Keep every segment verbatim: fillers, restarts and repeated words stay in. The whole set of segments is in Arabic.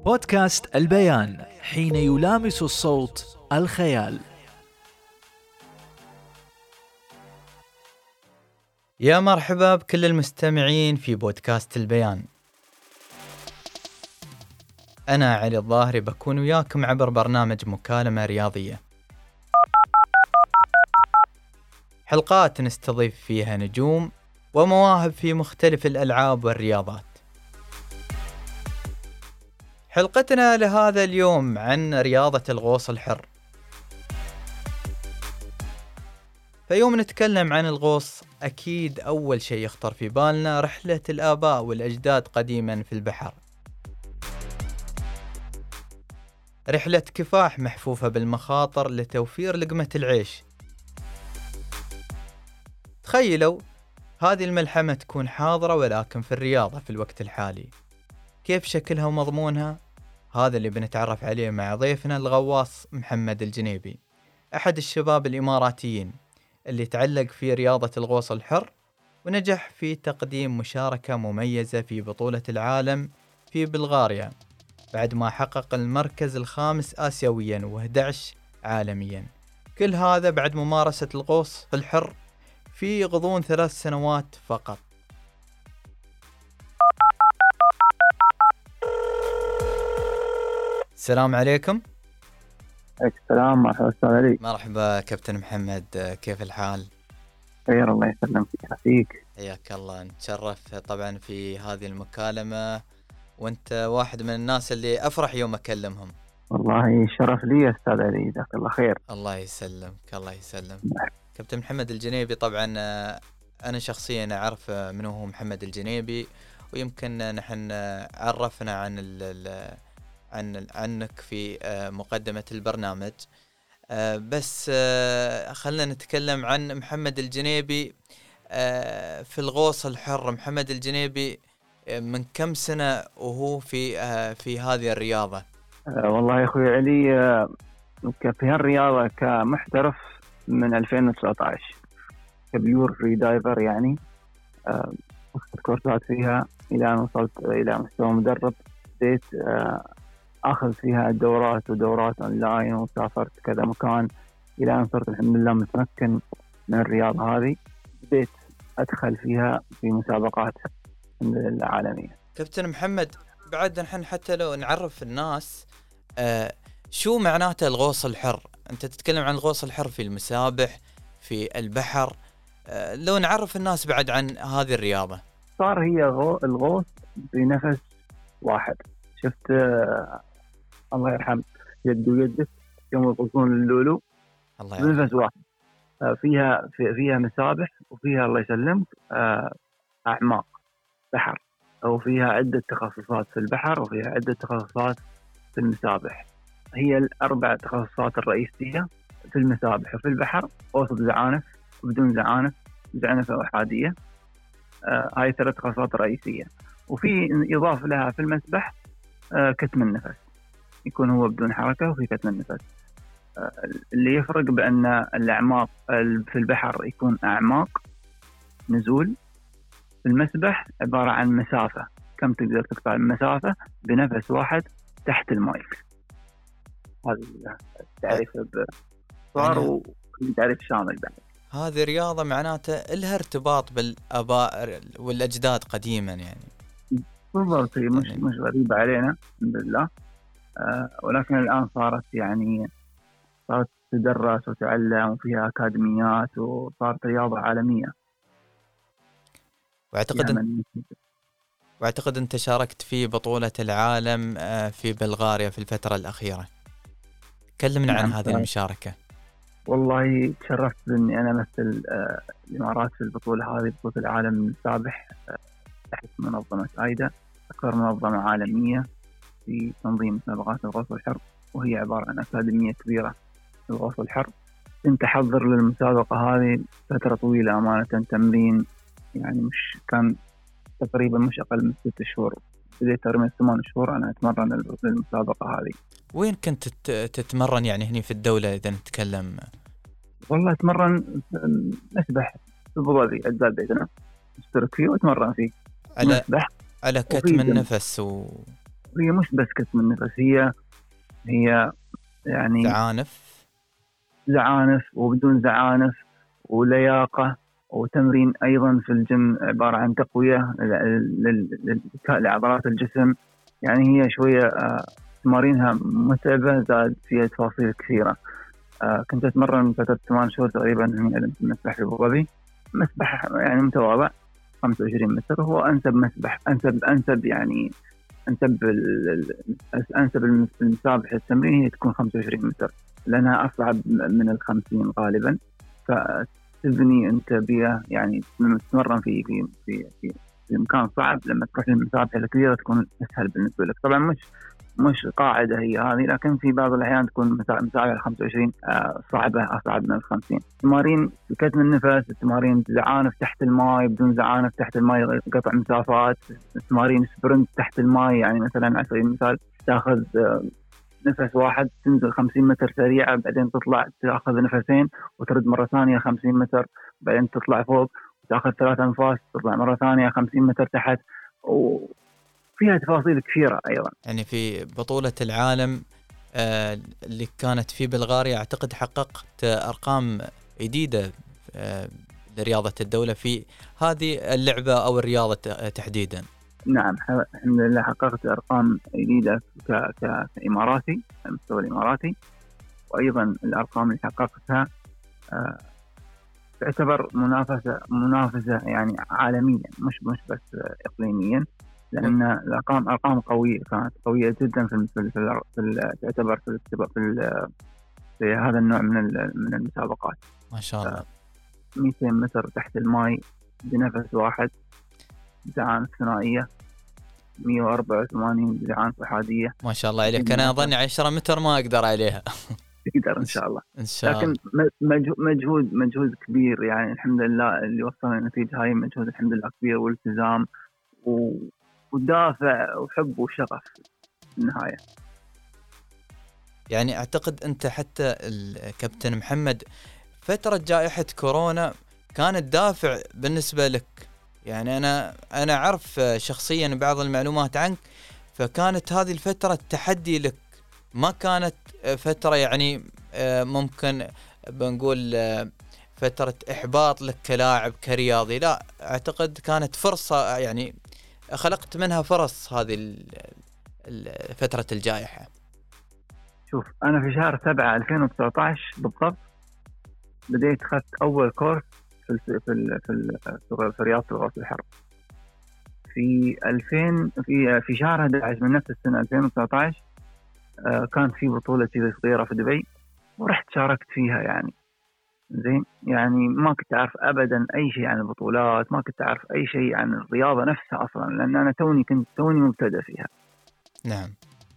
بودكاست البيان، حين يلامس الصوت الخيال. يا مرحبا بكل المستمعين في بودكاست البيان. أنا علي الظاهري بكون وياكم عبر برنامج مكالمة رياضية، حلقات نستضيف فيها نجوم ومواهب في مختلف الألعاب والرياضات. حلقتنا لهذا اليوم عن رياضة الغوص الحر. فيوم نتكلم عن الغوص أكيد أول شيء يخطر في بالنا رحلة الآباء والأجداد قديما في البحر، رحلة كفاح محفوفة بالمخاطر لتوفير لقمة العيش. تخيلوا هذه الملحمة تكون حاضرة ولكن في الرياضة في الوقت الحالي، كيف شكلها ومضمونها؟ هذا اللي بنتعرف عليه مع ضيفنا الغواص محمد الجنيبي، أحد الشباب الإماراتيين اللي تعلق في رياضة الغوص الحر ونجح في تقديم مشاركة مميزة في بطولة العالم في بلغاريا، بعد ما حقق المركز الخامس آسيويا وأحد عشر عالميا. كل هذا بعد ممارسة الغوص في الحر في غضون ثلاث سنوات فقط. السلام عليكم. السلام، مرحبا أستاذ علي. مرحبا كابتن محمد، كيف الحال؟ خير، الله يسلمك ويعافيك. حياك الله. نتشرف طبعا في هذه المكالمة، وانت واحد من الناس اللي افرح يوم اكلمهم. والله شرف لي أستاذ علي، جزاك الله خير. الله يسلمك، الله يسلم. كابتن محمد الجنيبي، طبعا انا شخصيا اعرف منه هو محمد الجنيبي، ويمكن نحن عرفنا عن ال عن عنك في مقدمة البرنامج، بس خلنا نتكلم عن محمد الجنيبي في الغوص الحر. محمد الجنيبي من كم سنة وهو في في هذه الرياضة؟ والله يا أخوي علي، في هالرياضة كمحترف من ألفين وتسعة عشر كبيور فري دايفر، يعني أخذت كورسات فيها إلى أن وصلت إلى مستوى مدرب. بديت أخذ فيها دورات ودورات أونلاين، وسافرت كذا مكان إلى أن صرت الحمد لله متمكن من الرياضة هذه. بديت أدخل فيها في مسابقات العالمية. كابتن محمد، بعد نحن حتى لو نعرف الناس آه شو معناته الغوص الحر. أنت تتكلم عن الغوص الحر في المسابح في البحر، آه لو نعرف الناس بعد عن هذه الرياضة. صار هي غو الغوص بنفس واحد. شفت آه الله يرحم يد ويدك يوم يغوصون اللولو، الله يرحم. بنفس واحد. آه فيها في فيها مسابح، وفيها الله يسلمك آه أعماق بحر، أو فيها عدة تخصصات في البحر، وفيها عدة تخصصات في المسابح. هي الأربع تخصصات الرئيسية في المسابح وفي البحر: وسط زعانف، وبدون زعانف، زعنفة أحادية. آه هاي ثلاث تخصصات رئيسية. وفي يضاف لها في المسبح آه كتم النفس، يكون هو بدون حركة، وفي كتم النفس. آه اللي يفرق بأن الأعماق في البحر يكون أعماق نزول، في المسبح عبارة عن مسافة، كم تقدر تقطع المسافة بنفس واحد تحت الماء. هذا التعريف بصار وتعريف شامل بعد. هذه رياضة معناته لها ارتباط بالآباء والأجداد قديما، يعني بالضبط. هي مش مش غريبة علينا الحمد لله، آه ولكن الآن صارت يعني صارت تدرس وتعلم، وفيها أكاديميات، وصارت رياضة عالمية. واعتقد يعني واعتقد انت شاركت في بطولة العالم في بلغاريا في الفترة الأخيرة. كلمنا نعم عن هذه المشاركة. والله تشرفت بأني أنا مثل الإمارات في البطولة هذه، بطولة العالم السابح تحت منظمة آيدا، أكبر منظمة عالمية في تنظيم مسابقات الغوص الحر، وهي عبارة عن أكاديمية كبيرة في الغوص الحر. كنت أحضر للمسابقة هذه فترة طويلة أمانة، تمرين يعني مش كان تقريبا مش أقل من ست شهور. بديت تقريبا ثمان شهور أنا أتمرن للمسابقة هذه. وين كنت تتمرن يعني هني في الدولة إذا نتكلم؟ والله أتمرن مسبح في أبو ظبي، أجزاء بيتنا اشترك فيه وأتمرن فيه على مسبح على كتم النفس و... هي مش بس كتم النفس، هي هي يعني زعانف زعانف وبدون زعانف ولياقة وتمرين أيضا في الجيم عبارة عن تقوية لعضلات الجسم. يعني هي شوية تمارينها متعبة، زاد فيها تفاصيل كثيرة. كنت أتمرن فترة ثمان شهور تقريبا من المسبح في أبو ظبي، مسبح يعني متواضع خمسة وعشرين متر، هو أنسب مسبح أنسب أنسب يعني أنسب أنسب المسابح التمرين هي تكون خمسة وعشرين متر، لأنها أصعب من الخمسين غالبا. فتبني أنت بيها يعني لما تتمرن في في في في, في مكان صعب، لما تروح للمسابح الكبيرة تكون أسهل بالنسبة لك. طبعا مش مش قاعدة هي هذه، لكن في بعض الأحيان تكون مسابح خمسة وعشرين صعبة أصعب من الخمسين. تمارين كتم النفس، تمارين زعانف تحت الماء بدون زعانف تحت الماء، قطع مسافات، تمارين سبرنت تحت الماء. يعني مثلا على سبيل المثال تأخذ نفس واحد تنزل خمسين متر سريعة، بعدين تطلع تأخذ نفسين وترد مرة ثانية خمسين متر، بعدين تطلع فوق وتأخذ ثلاث أنفاس تطلع مرة ثانية خمسين متر تحت. وفيها تفاصيل كثيرة أيضا. يعني في بطولة العالم آه اللي كانت في بلغاريا أعتقد حققت أرقام جديدة آه لرياضة الدولة في هذه اللعبة أو الرياضة تحديدا. نعم الحمد لله حققت أرقام جديدة كإماراتي على المستوى الإماراتي، وأيضا الأرقام اللي حققتها آه تعتبر منافسة منافسة يعني عالميا، مش مش بس إقليميا، لأن الأرقام أرقام قوية، كانت قوية جدا في في في, في تعتبر في في, في هذا النوع من من المسابقات. ما شاء الله. مئتين متر تحت الماء بنفس واحد، زعانف ثنائية، مئة وأربعة وثمانين زعانف أحادية. ما شاء الله عليك. أنا أظن عشرة متر ما أقدر عليها. تقدر إن شاء الله. إن شاء الله. لكن مجهود مجهود كبير، يعني الحمد لله اللي وصلنا النتيجة هاي مجهود الحمد لله كبير، والتزام و ودافع وحب وشغف في النهاية. يعني أعتقد أنت حتى الكابتن محمد فترة جائحة كورونا كانت دافع بالنسبة لك. يعني أنا أنا أعرف شخصيا بعض المعلومات عنك، فكانت هذه الفترة تحدي لك، ما كانت فترة يعني ممكن بنقول فترة إحباط لك كلاعب كرياضي، لا أعتقد كانت فرصة، يعني خلقت منها فرص هذه فترة الجائحة. شوف أنا في شهر سبعة ألفين وتسعة عشر بالضبط بديت أخذت أول كورس في في في في, في رياضة الغوص الحر في ألفين في في شهر أحد عشر من نفس السنة ألفين وتسعة عشر. آه كانت في بطولة صغيرة في دبي ورحت شاركت فيها. يعني زين، يعني ما كنت أعرف أبدا أي شيء عن البطولات، ما كنت أعرف أي شيء عن الرياضة نفسها أصلا، لأن أنا توني كنت توني مبتدأ فيها. نعم.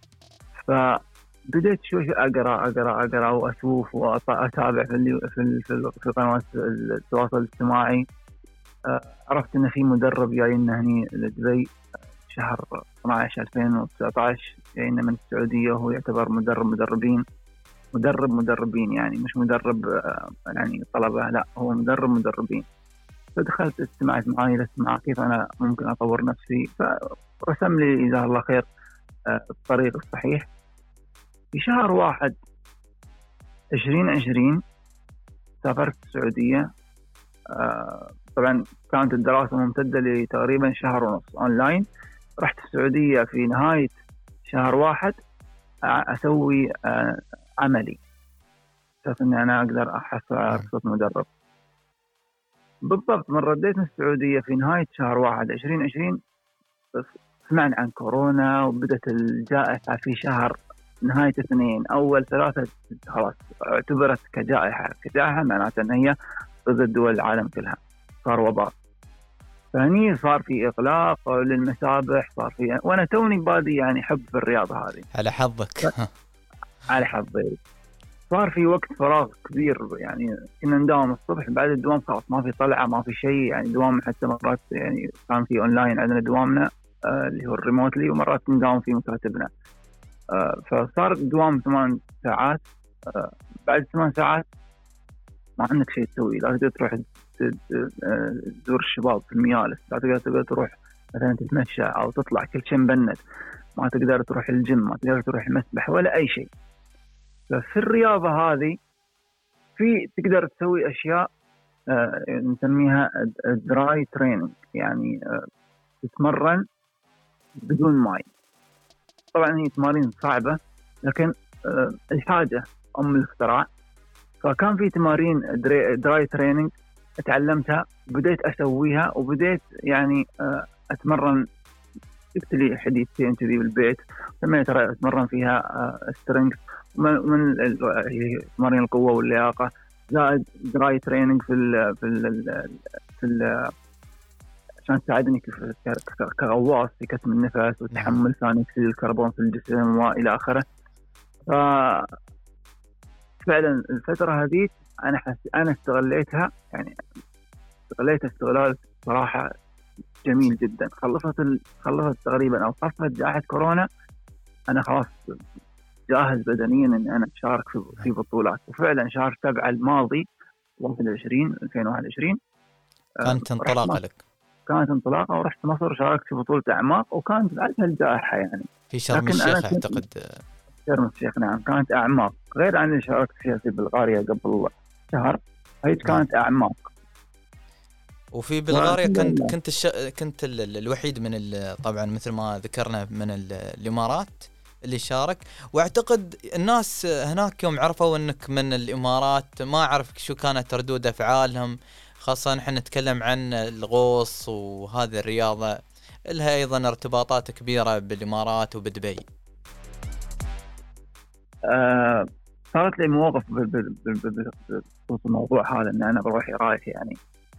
فبديت شوي أقرأ أقرأ أقرأ وأشوف وأتابع في في في, في قنوات التواصل الاجتماعي. عرفت إن في مدرب جاينا هني لدبي شهر اثنا عشر ألفين وتسعة عشر، جاينا من السعودية، وهو يعتبر مدرب مدربين مدرب مدربين يعني مش مدرب يعني طلبة، لا هو مدرب مدربين. فدخلت استمعت معاه لسمع كيف أنا ممكن أطور نفسي، فرسم لي جزاه الله خير الطريق الصحيح. في شهر واحد عشرين عشرين سافرت السعودية. طبعا كانت الدراسة ممتدة لتقريبا شهر ونص أونلاين. رحت السعودية في نهاية شهر واحد أسوي عملي أساس أني أنا أقدر أحصل على رخصة مدرب. بالضبط من رديت من السعودية في نهاية شهر واحد عشرين عشرين سمعنا عن كورونا وبدأت الجائحة في شهر نهاية اثنين. أول ثلاثة خلاص اعتبرت كجائحة كجائحة معناته أن هي ضد دول العالم كلها، صار وباء. فهني صار في إغلاق للمسابح، صار في وأنا توني بادي يعني حب في الرياضة هذه. على حظك. على حظي. صار في وقت فراغ كبير، يعني كنا نداوم الصبح، بعد الدوام خلاص ما في طلعة ما في شيء، يعني دوام حتى مرات يعني كان في أونلاين عندنا دوامنا آه اللي هو الريموتلي، ومرات نداوم في مكاتبنا. آه فصار دوام ثمان ساعات. آه بعد ثمان ساعات ما عندك شيء تسوي، لا تقدر تروح تزور الشباب في الميالس، لا تقدر تروح مثلا تتمشى أو تطلع، كل شيء مبند. ما تقدر تروح الجيم، ما تقدر تروح المسبح ولا أي شيء. ففي الرياضة هذه في تقدر تسوي أشياء آه نسميها دراي تريننج، يعني آه تتمرن بدون ماء. طبعا هي تمارين صعبة، لكن آه الحاجة أم الاختراع. فكان في تمارين دراي تريننج اتعلمتها، بديت أسويها، وبديت يعني آه أتمرن. جبت لي حديثين كذي بالبيت، سميت أتمرن فيها آه سترينج من من تمارين القوة واللياقة، زائد دراي تريننج في ال في ال في ال عشان تساعدني كغواص في كتم النفس وتحمل ثاني أكسيد الكربون في الجسم وإلى آخره. ففعلا الفترة هذه أنا حس أنا استغليتها، يعني استغليت استغلال صراحة جميل جدا. خلصت ال... خلصت تقريبا أو خلصت جائحة كورونا، أنا خلاص جاهز بدنيا إن أنا أشارك في في بطولات. وفعلا شهر سبعة الماضي واحد وعشرين ألفين وواحد وعشرين كانت انطلاقة لك. كانت انطلاقة ورحت مصر وشاركت في بطولة أعماق، وكانت بعدها الجائحة يعني في شرم الشيخ أعتقد. شرم الشيخ نعم، كانت أعماق غير عن اللي شاركت فيها في بلغاريا قبل شهر. هي كانت أعماق. وفي بلغاريا كنت كنت الش... كنت ال... الوحيد من ال... طبعا مثل ما ذكرنا من ال... الإمارات اللي شارك. واعتقد الناس هناك يوم عرفوا انك من الامارات ما اعرف شو كانت ردود افعالهم، خاصه نحن نتكلم عن الغوص وهذه الرياضه لها ايضا ارتباطات كبيره بالامارات وبدبي. آه صارت لي مواقف بخصوص الموضوع هذا، ان انا بروح رايح يعني.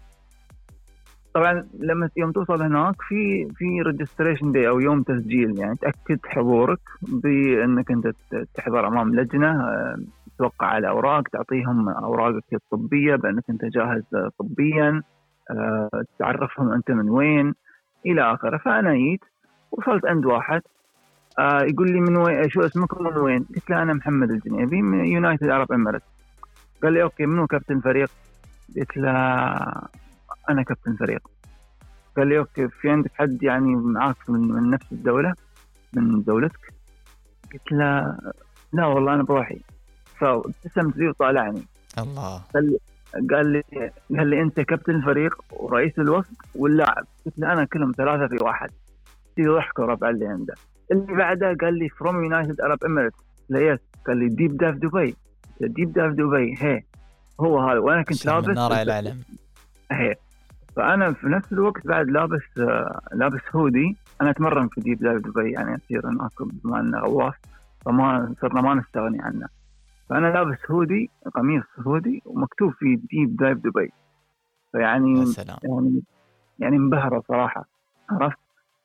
طبعا لما يوم توصل هناك في في ريجستريشن داي او يوم تسجيل، يعني تاكد حضورك بانك انت تحضر امام لجنه، توقع على اوراق، تعطيهم اوراقك الطبيه بانك انت جاهز طبيا، تعرفهم انت من وين الى اخره. فانا جيت وصلت عند واحد يقول لي من وين، شو اسمك من وين؟ قلت له انا محمد الجنيبي من يونايتد عرب اميريتس. قال لي اوكي منو كابتن فريق؟ قلت له أنا كابتن فريق. قال لي أوكي في عندك حد يعني معاك من, من نفس الدولة من دولتك؟ قلت له لا والله أنا بروحي. فابتسمت لي وطالعني. الله. قال لي قال لي قال لي أنت كابتن الفريق ورئيس الوسط واللاعب. قلت له أنا كلهم ثلاثة في واحد. تيجي ضحك وربع اللي عنده. اللي بعده قال لي from United Arab Emirates. لا يس. قال لي ديب داف دبي. ديب داف دبي هي هو هذا. وأنا كنت لابس نار العلم. هي. فأنا في نفس الوقت بعد لابس لابس هودي. أنا أتمرن في ديب دايف دبي، يعني أصير هناك بما أنه غواص فما صرنا ما نستغني عنه. فأنا لابس هودي، قميص هودي ومكتوب فيه ديب دايف دبي. فيعني يعني يعني مبهرة صراحة، عرفت.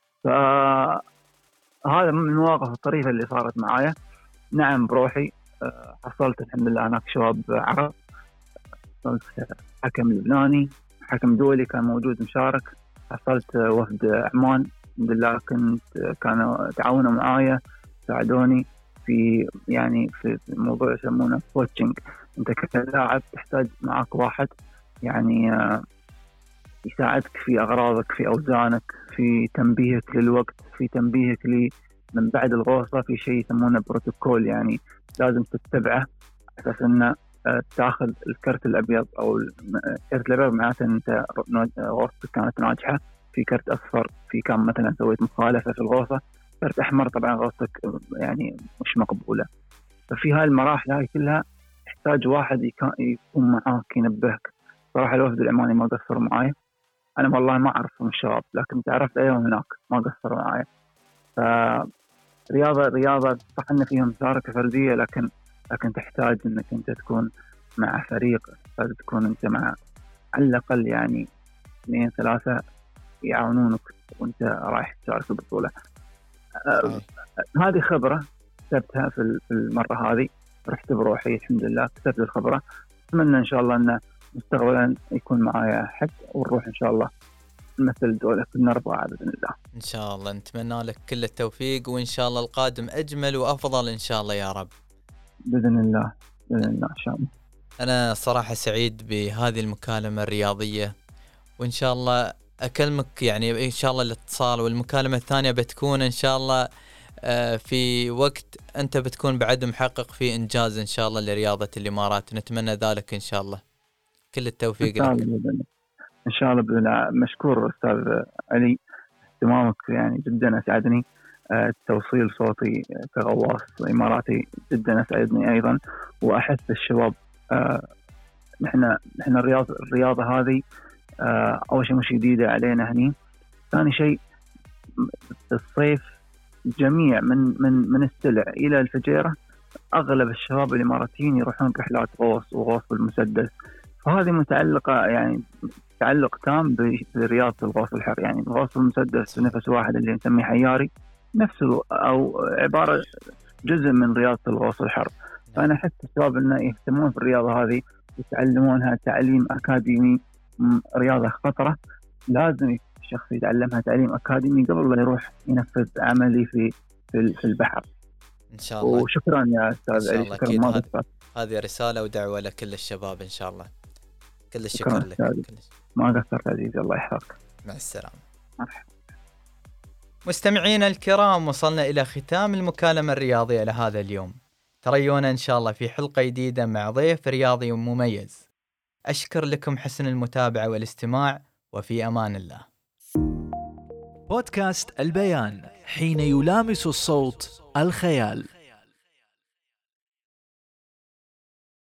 فهذا من المواقف الطريفة اللي صارت معايا. نعم بروحي حصلت الحمد لله هناك شباب عرب، حصلت حكم لبناني، حكم دولي كان موجود مشارك، حصلت وفد عمان الحمد لله، كنت كانوا تعاونوا معايا ساعدوني في يعني في موضوع يسمونه كوتشنج. انت كلاعب تحتاج معك واحد يعني يساعدك في اغراضك، في اوزانك، في تنبيهك للوقت، في تنبيهك لي من بعد الغوصه، في شيء يسمونه بروتوكول يعني لازم تتبعه اساس انه تاخذ الكرت الابيض او الكرت الابيض معناته انت غوصتك كانت ناجحه، في كرت اصفر في كان مثلا سويت مخالفه في الغوصه، كرت احمر طبعا غوصتك يعني مش مقبوله. ففي هاي المراحل هاي كلها تحتاج واحد يكون معاك ينبهك. صراحه الوفد العماني ما قصروا معايا، انا والله ما اعرفهم الشباب لكن تعرفت عليهم هناك ما قصروا معايا. فرياضه رياضه صح ان فيها مشاركه فرديه، لكن لكن تحتاج انك انت تكون مع فريق، تحتاج تكون انت مع على الاقل يعني اثنين ثلاثه يعاونونك وانت رايح تشارك البطوله. آه هذه خبره كسبتها في المره هذه، رحت بروحي الحمد لله كسبت الخبره. اتمنى ان شاء الله ان مستقبلا يكون معايا حد ونروح ان شاء الله نمثل دولة الأربعة بإذن الله. إن شاء الله نتمنى لك كل التوفيق، وإن شاء الله القادم أجمل وأفضل إن شاء الله يا رب. بإذن الله بإذن الله إن شاء الله. أنا صراحة سعيد بهذه المكالمة الرياضية، وإن شاء الله أكلمك يعني إن شاء الله الاتصال والمكالمة الثانية بتكون إن شاء الله آه في وقت أنت بتكون بعد محقق في إنجاز إن شاء الله لرياضة الإمارات، نتمنى ذلك إن شاء الله. كل التوفيق لك. إن شاء الله بإذن الله. مشكور أستاذ علي، اهتمامك يعني جدا أسعدني. التوصيل صوتي كغواص إماراتي جدا أسعدني أيضا، وأحس الشباب آه نحن نحن الرياضة الرياضة هذه آه أول شيء مش جديدة علينا هني. ثاني شيء في الصيف جميع من من من السلع إلى الفجيرة أغلب الشباب الإماراتيين يروحون رحلات غوص وغوص بالمسدس، فهذه متعلقة يعني تعلق تام برياضة الغوص الحر. يعني الغوص بالمسدس بنفس واحد اللي نسميه حياري نفسه أو عبارة جزء من رياضة الغوص الحر. فأنا أحس الشباب إنه يهتمون في الرياضة هذه يتعلمونها تعليم أكاديمي. رياضة خطرة لازم الشخص يتعلمها تعليم أكاديمي قبل لا يروح ينفذ عملي في في البحر إن شاء الله. وشكرا يا أستاذ علي، شكرا. ما هذه هذه رسالة ودعوة لكل الشباب إن شاء الله. كل الشكر لك. كل ما قصرت عزيزي، الله يحفظك. مع السلامة. مرحبا. مستمعينا الكرام، وصلنا إلى ختام المكالمة الرياضية لهذا اليوم. تريونا إن شاء الله في حلقة جديدة مع ضيف رياضي مميز. أشكر لكم حسن المتابعة والاستماع، وفي أمان الله. بودكاست البيان، حين يلامس الصوت الخيال.